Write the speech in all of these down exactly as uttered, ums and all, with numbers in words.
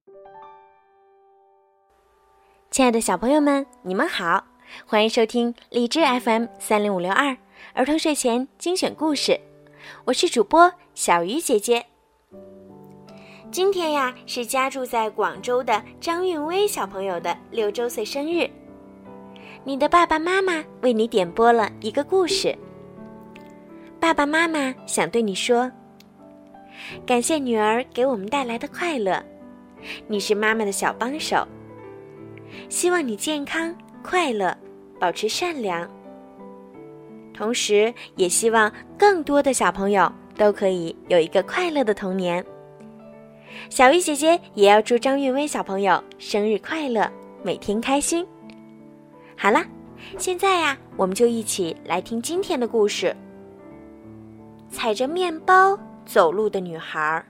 亲爱的小朋友们，你们好，欢迎收听荔枝 F M 三零五六二儿童睡前精选故事，我是主播小鱼姐姐。今天呀，是家住在广州的张韵威小朋友的六周岁生日，你的爸爸妈妈为你点播了一个故事。爸爸妈妈想对你说，感谢女儿给我们带来的快乐，你是妈妈的小帮手，希望你健康快乐，保持善良，同时也希望更多的小朋友都可以有一个快乐的童年。小鱼姐姐也要祝张韵威小朋友生日快乐，每天开心。好啦，现在呀，我们就一起来听今天的故事。踩着面包走路的女孩。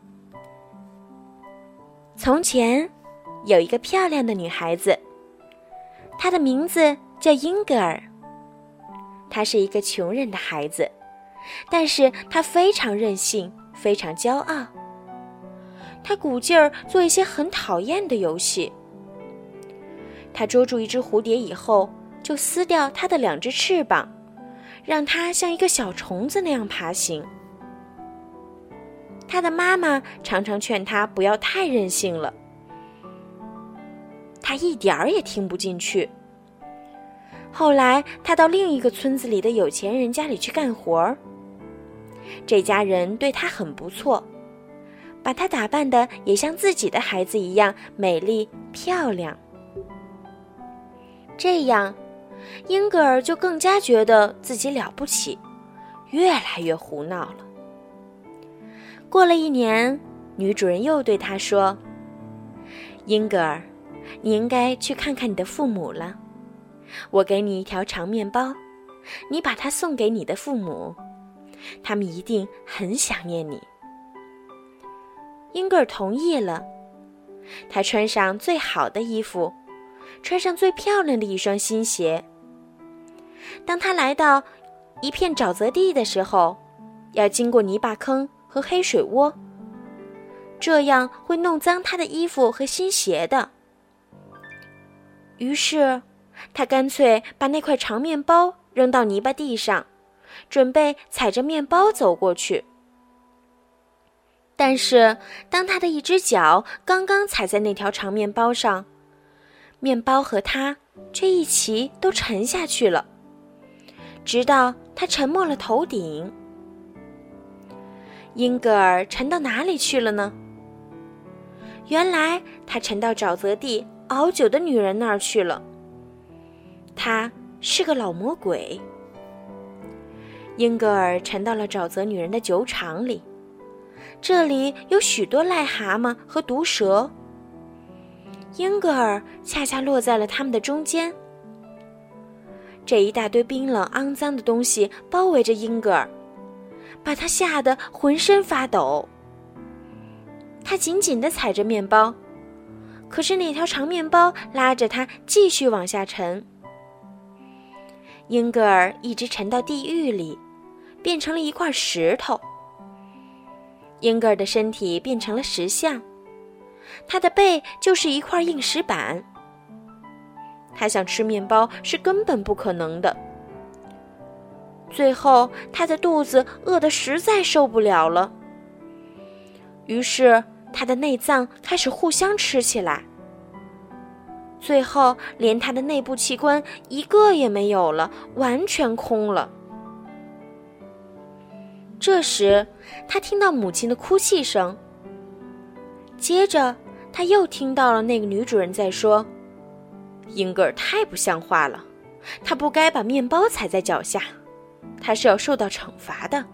从前有一个漂亮的女孩子，她的名字叫英格尔。她是一个穷人的孩子，但是她非常任性，非常骄傲。她鼓劲儿做一些很讨厌的游戏。她捉住一只蝴蝶以后，就撕掉它的两只翅膀，让它像一个小虫子那样爬行。她的妈妈常常劝她不要太任性了，她一点儿也听不进去。后来她到另一个村子里的有钱人家里去干活，这家人对她很不错，把她打扮得也像自己的孩子一样美丽漂亮。这样英格尔就更加觉得自己了不起，越来越胡闹了。过了一年，女主人又对她说，英格尔，你应该去看看你的父母了，我给你一条长面包，你把它送给你的父母，他们一定很想念你。英格尔同意了，她穿上最好的衣服，穿上最漂亮的一双新鞋。当她来到一片沼泽地的时候，要经过泥巴坑和黑水窝，这样会弄脏她的衣服和新鞋的。于是她干脆把那块长面包扔到泥巴地上，准备踩着面包走过去。但是当她的一只脚刚刚踩在那条长面包上，面包和她这一起都沉下去了，直到她沉没了头顶。英格尔沉到哪里去了呢？原来她沉到沼泽地熬酒的女人那儿去了。她是个老魔鬼。英格尔沉到了沼泽女人的酒厂里，这里有许多癞蛤蟆和毒蛇。英格尔恰恰落在了他们的中间。这一大堆冰冷肮脏的东西包围着英格尔，把他吓得浑身发抖。他紧紧地踩着面包，可是那条长面包拉着他继续往下沉。英格尔一直沉到地狱里，变成了一块石头。英格尔的身体变成了石像，他的背就是一块硬石板。他想吃面包是根本不可能的。最后他的肚子饿得实在受不了了，于是他的内脏开始互相吃起来，最后连他的内部器官一个也没有了，完全空了。这时他听到母亲的哭泣声，接着他又听到了那个女主人在说，英格尔太不像话了，他不该把面包踩在脚下，他是要受到惩罚的。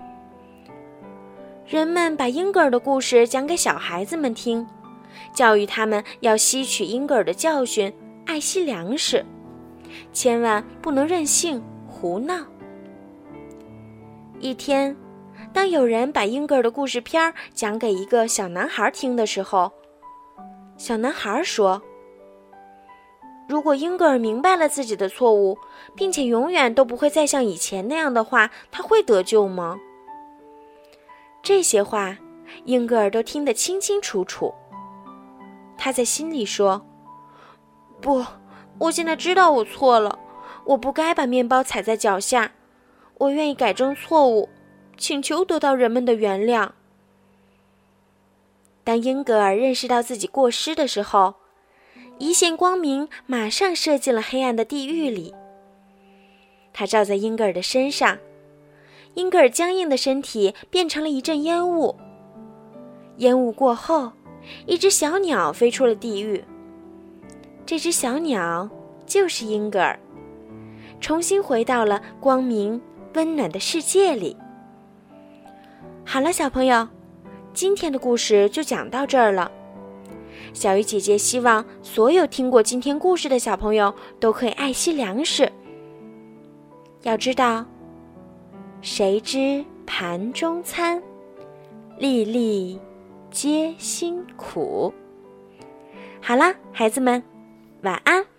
人们把英格尔的故事讲给小孩子们听，教育他们要吸取英格尔的教训，爱惜粮食，千万不能任性胡闹。一天，当有人把英格尔的故事片讲给一个小男孩听的时候，小男孩说，如果英格尔明白了自己的错误，并且永远都不会再像以前那样的话，他会得救吗？这些话英格尔都听得清清楚楚。 他在心里说：不，我现在知道我错了，我不该把面包踩在脚下，我愿意改正错误，请求得到人们的原谅。当英格尔认识到自己过失的时候，一线光明马上射进了黑暗的地狱里。它照在英格尔的身上，英格尔僵硬的身体变成了一阵烟雾。烟雾过后，一只小鸟飞出了地狱。这只小鸟就是英格尔，重新回到了光明温暖的世界里。好了，小朋友，今天的故事就讲到这儿了。小鱼姐姐希望所有听过今天故事的小朋友都可以爱惜粮食。要知道，谁知盘中餐，粒粒皆辛苦。好啦，孩子们，晚安。